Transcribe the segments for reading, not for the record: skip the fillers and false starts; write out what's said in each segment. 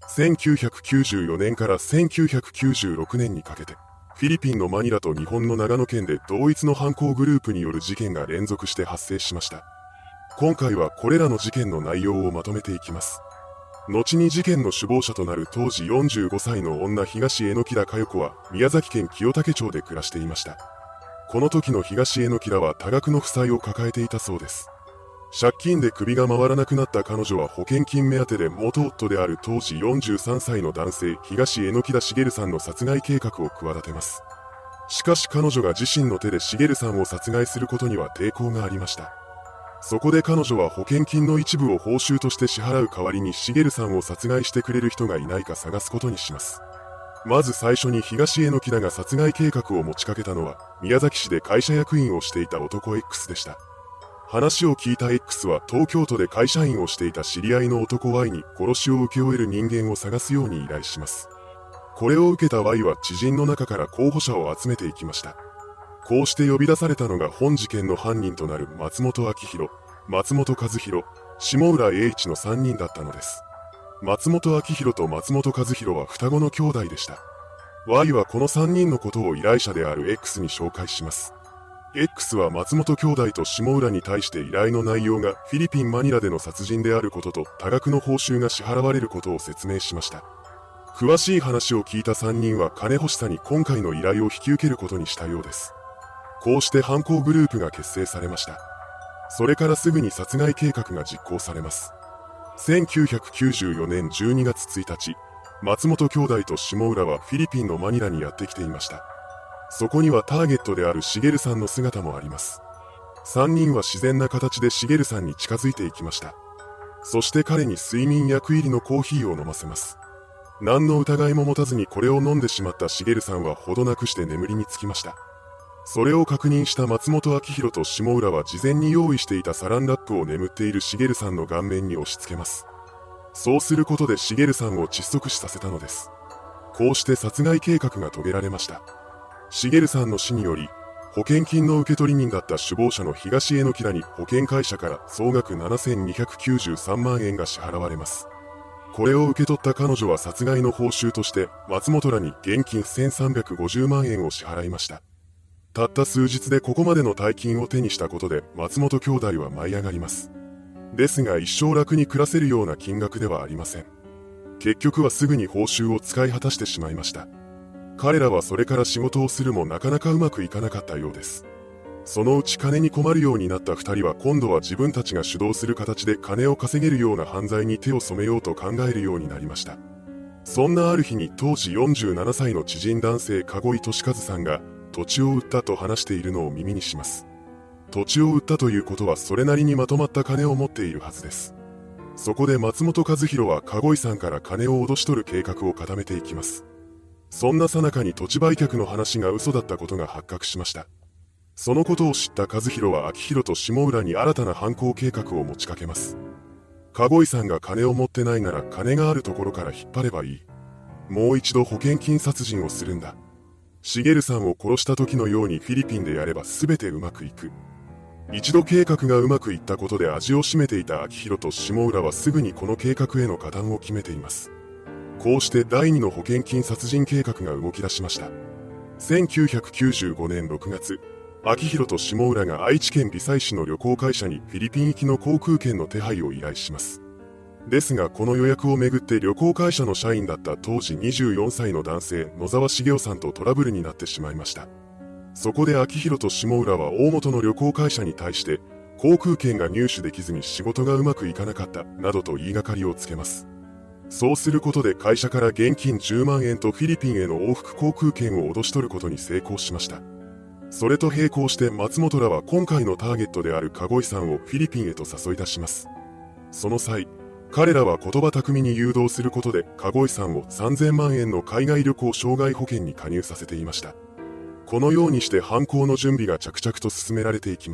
1994年から1996年にかけて、フィリピンのマニラと日本の長野県で同一の犯行グループによる事件が連続して発生しました。今回はこれらの事件の内容をまとめていきます。後に事件の首謀者となる当時45歳の女東榎田佳代子は宮崎県清武町で暮らしていました。この時の東榎田は多額の負債を抱えていたそうです。借金で首が回らなくなった彼女は保険金目当てで元夫である当時43歳の男性東榎田茂さんの殺害計画を企てます。しかし彼女が自身の手で茂さんを殺害することには抵抗がありました。そこで彼女は保険金の一部を報酬として支払う代わりに茂さんを殺害してくれる人がいないか探すことにします。まず最初に東榎田が殺害計画を持ちかけたのは宮崎市で会社役員をしていた男 X でした。話を聞いた X は東京都で会社員をしていた知り合いの男 Y に殺しを請け負える人間を探すように依頼します。これを受けた Y は知人の中から候補者を集めていきました。こうして呼び出されたのが本事件の犯人となる松本明弘、松本和弘、下浦栄一の3人だったのです。松本明弘と松本和弘は双子の兄弟でした。Y はこの3人のことを依頼者である X に紹介します。X は松本兄弟と下浦に対して依頼の内容がフィリピン・マニラでの殺人であることと多額の報酬が支払われることを説明しました。詳しい話を聞いた3人は金欲しさに今回の依頼を引き受けることにしたようです。こうして犯行グループが結成されました。それからすぐに殺害計画が実行されます。1994年12月1日、松本兄弟と下浦はフィリピンのマニラにやってきていました。そこにはターゲットである茂さんの姿もあります。3人は自然な形で茂さんに近づいていきました。そして彼に睡眠薬入りのコーヒーを飲ませます。何の疑いも持たずにこれを飲んでしまった茂さんはほどなくして眠りにつきました。それを確認した松本明弘と下浦は事前に用意していたサランラップを眠っている茂さんの顔面に押し付けます。そうすることで茂さんを窒息死させたのです。こうして殺害計画が遂げられました。茂さんの死により、保険金の受取人だった首謀者の東榎田に保険会社から総額7293万円が支払われます。これを受け取った彼女は殺害の報酬として松本らに現金1350万円を支払いました。たった数日でここまでの大金を手にしたことで松本兄弟は舞い上がります。ですが一生楽に暮らせるような金額ではありません。結局はすぐに報酬を使い果たしてしまいました。彼らはそれから仕事をするもなかなかうまくいかなかったようです。そのうち金に困るようになった2人は今度は自分たちが主導する形で金を稼げるような犯罪に手を染めようと考えるようになりました。そんなある日に当時47歳の知人男性籠井俊和さんが土地を売ったと話しているのを耳にします。土地を売ったということはそれなりにまとまった金を持っているはずです。そこで松本和弘は籠井さんから金を脅し取る計画を固めていきます。そんな最中に土地売却の話が嘘だったことが発覚しました。そのことを知った和弘は明弘と下浦に新たな犯行計画を持ちかけます。籠井さんが金を持ってないなら金があるところから引っ張ればいい。もう一度保険金殺人をするんだ。茂さんを殺した時のようにフィリピンでやれば全てうまくいく。一度計画がうまくいったことで味を占めていた明弘と下浦はすぐにこの計画への加担を決めています。こうして第2の保険金殺人計画が動き出しました。1995年6月、明弘と下浦が愛知県微細市の旅行会社にフィリピン行きの航空券の手配を依頼します。ですがこの予約をめぐって旅行会社の社員だった当時24歳の男性野沢茂雄さんとトラブルになってしまいました。そこで明弘と下浦は大元の旅行会社に対して航空券が入手できずに仕事がうまくいかなかったなどと言いがかりをつけます。そうすることで会社から現金10万円とフィリピンへの往復航空券を脅し取ることに成功しました。それと並行して松本らは今回のターゲットである籠井さんをフィリピンへと誘い出します。その際、彼らは言葉巧みに誘導することで籠井さんを3000万円の海外旅行障害保険に加入させていました。このようにして犯行の準備が着々と進められていきます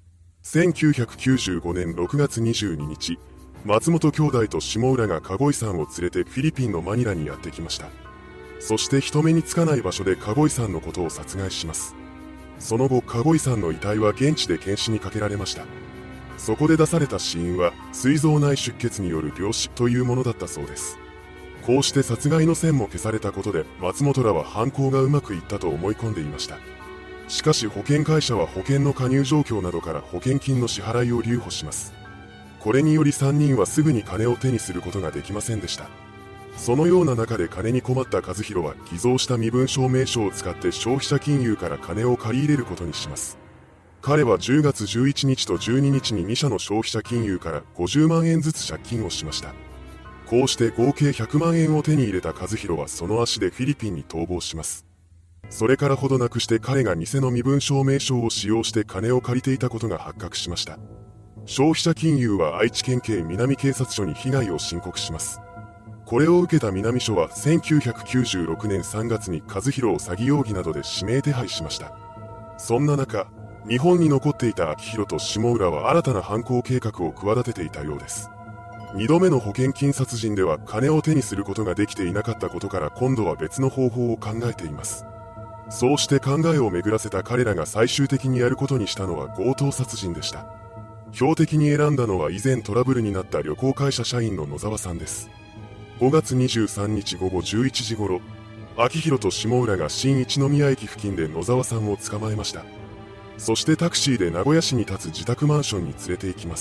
。1995年6月22日、松本兄弟と下浦が籠井さんを連れてフィリピンのマニラにやってきました。そして人目につかない場所で籠井さんのことを殺害します。その後籠井さんの遺体は現地で検視にかけられました。そこで出された死因は膵臓内出血による病死というものだったそうです。 こうして殺害の線も消されたことで松本らは犯行がうまくいったと思い込んでいました。しかし保険会社は保険の加入状況などから保険金の支払いを留保します。これにより3人はすぐに金を手にすることができませんでした。そのような中で金に困った和弘は偽造した身分証明書を使って消費者金融から金を借り入れることにします。彼は10月11日と12日に2社の消費者金融から50万円ずつ借金をしました。こうして合計100万円を手に入れた和弘はその足でフィリピンに逃亡します。それからほどなくして彼が偽の身分証明書を使用して金を借りていたことが発覚しました。消費者金融は愛知県警南警察署に被害を申告します。これを受けた南署は1996年3月に和弘を詐欺容疑などで指名手配しました。そんな中、日本に残っていた昭弘と下浦は新たな犯行計画を企てていたようです。2度目の保険金殺人では金を手にすることができていなかったことから今度は別の方法を考えています。そうして考えを巡らせた彼らが最終的にやることにしたのは強盗殺人でした。標的に選んだのは以前トラブルになった旅行会社社員の野沢さんです。5月23日午後11時頃、昭弘と下浦が新一宮駅付近で野沢さんを捕まえました。そしてタクシーで名古屋市に立つ自宅マンションに連れて行きます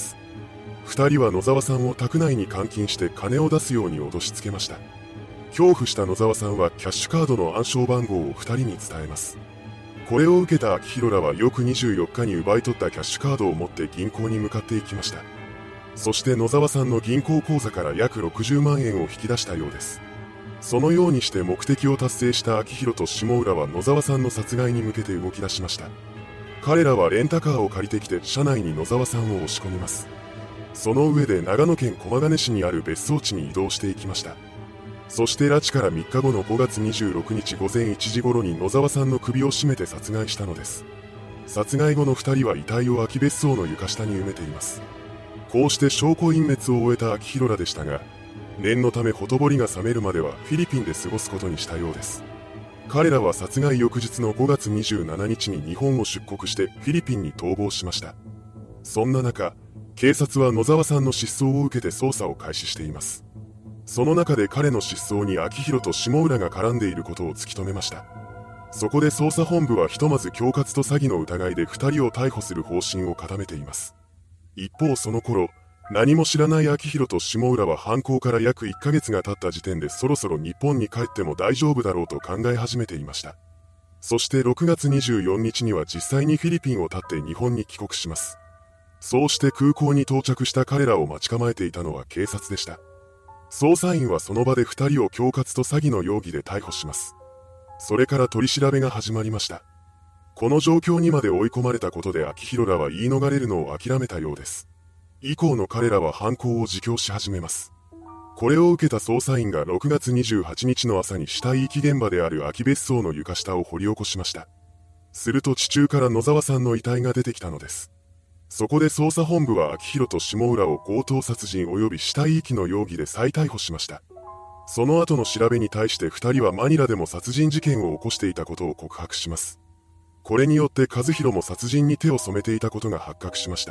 。2人は野沢さんを宅内に監禁して金を出すように脅しつけました。恐怖した野沢さんはキャッシュカードの暗証番号を2人に伝えます。これを受けた昭弘らは翌24日に奪い取ったキャッシュカードを持って銀行に向かっていきました。そして野沢さんの銀行口座から約60万円を引き出したようです。そのようにして目的を達成した昭弘と下浦は野沢さんの殺害に向けて動き出しました。彼らはレンタカーを借りてきて車内に野沢さんを押し込みます。その上で長野県駒ヶ根市にある別荘地に移動していきました。そして拉致から3日後の5月26日午前1時頃に野沢さんの首を絞めて殺害したのです。殺害後の2人は遺体を空き別荘の床下に埋めています。こうして証拠隠滅を終えた昭弘らでしたが、念のためほとぼりが冷めるまではフィリピンで過ごすことにしたようです。彼らは殺害翌日の5月27日に日本を出国してフィリピンに逃亡しました。そんな中、警察は野沢さんの失踪を受けて捜査を開始しています。その中で彼の失踪に昭弘と下浦が絡んでいることを突き止めました。そこで捜査本部はひとまず恐喝と詐欺の疑いで2人を逮捕する方針を固めています。一方その頃、何も知らない昭弘と下浦は犯行から約1ヶ月が経った時点でそろそろ日本に帰っても大丈夫だろうと考え始めていました。そして6月24日には実際にフィリピンを発って日本に帰国します。そうして空港に到着した彼らを待ち構えていたのは警察でした。捜査員はその場で2人を恐喝と詐欺の容疑で逮捕します。それから取り調べが始まりました。この状況にまで追い込まれたことで昭弘らは言い逃れるのを諦めたようです。以降の彼らは犯行を自供し始めます。これを受けた捜査員が6月28日の朝に死体遺棄現場である空き別荘の床下を掘り起こしました。すると地中から野沢さんの遺体が出てきたのです。そこで捜査本部は昭弘と下浦を強盗殺人及び死体遺棄の容疑で再逮捕しました。その後の調べに対して2人はマニラでも殺人事件を起こしていたことを告白します。これによって和弘も殺人に手を染めていたことが発覚しました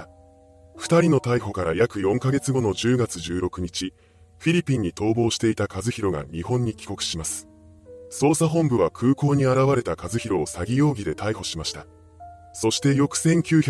。2人の逮捕から約4ヶ月後の10月16日、フィリピンに逃亡していた和弘が日本に帰国します。捜査本部は空港に現れた和弘を詐欺容疑で逮捕しました。そして翌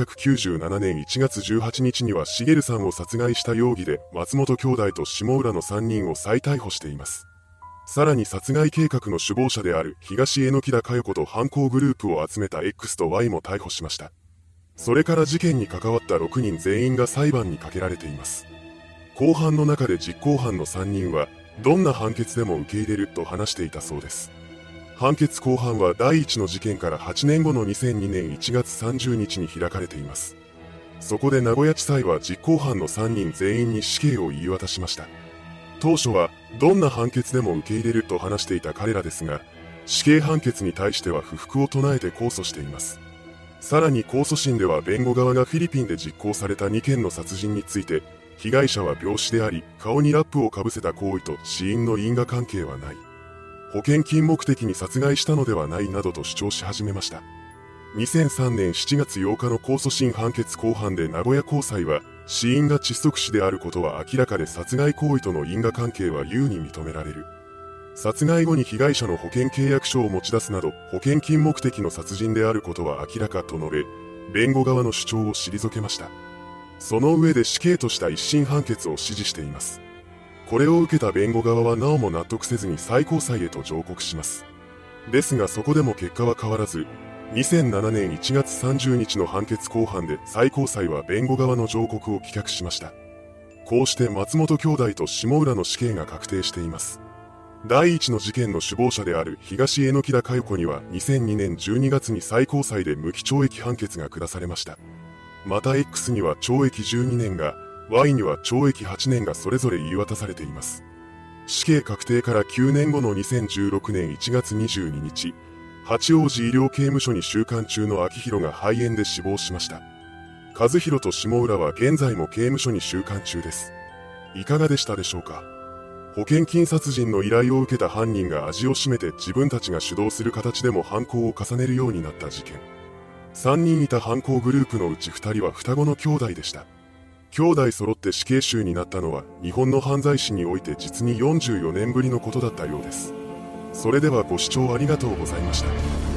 1997年1月18日には茂さんを殺害した容疑で松本兄弟と下浦の3人を再逮捕しています。さらに殺害計画の首謀者である東榎田佳代子と犯行グループを集めた X と Y も逮捕しました。それから事件に関わった6人全員が裁判にかけられています。公判の中で実行犯の3人はどんな判決でも受け入れると話していたそうです。判決公判は第1の事件から8年後の2002年1月30日に開かれています。そこで名古屋地裁は実行犯の3人全員に死刑を言い渡しました。当初はどんな判決でも受け入れると話していた彼らですが、死刑判決に対しては不服を唱えて控訴しています。さらに控訴審では弁護側がフィリピンで実行された2件の殺人について、被害者は病死であり、顔にラップをかぶせた行為と死因の因果関係はない。保険金目的に殺害したのではないなどと主張し始めました。2003年7月8日の控訴審判決公判で名古屋高裁は、死因が窒息死であることは明らかで殺害行為との因果関係は優に認められる。 殺害後に被害者の保険契約書を持ち出すなど保険金目的の殺人であることは明らかと述べ、弁護側の主張を退けました。その上で死刑とした一審判決を支持しています。これを受けた弁護側はなおも納得せずに最高裁へと上告します。ですがそこでも結果は変わらず、2007年1月30日の判決公判で最高裁は弁護側の上告を棄却しました。こうして松本兄弟と下浦の死刑が確定しています。第一の事件の首謀者である東榎田佳代子には2002年12月に最高裁で無期懲役判決が下されました。また X には懲役12年が、Y には懲役8年がそれぞれ言い渡されています。死刑確定から9年後の2016年1月22日、八王子医療刑務所に収監中の秋広が肺炎で死亡しました。和弘と下浦は現在も刑務所に収監中です。いかがでしたでしょうか。保険金殺人の依頼を受けた犯人が味を占めて自分たちが主導する形でも犯行を重ねるようになった事件。3人いた犯行グループのうち2人は双子の兄弟でした。兄弟揃って死刑囚になったのは日本の犯罪史において実に44年ぶりのことだったようです。それではご視聴ありがとうございました。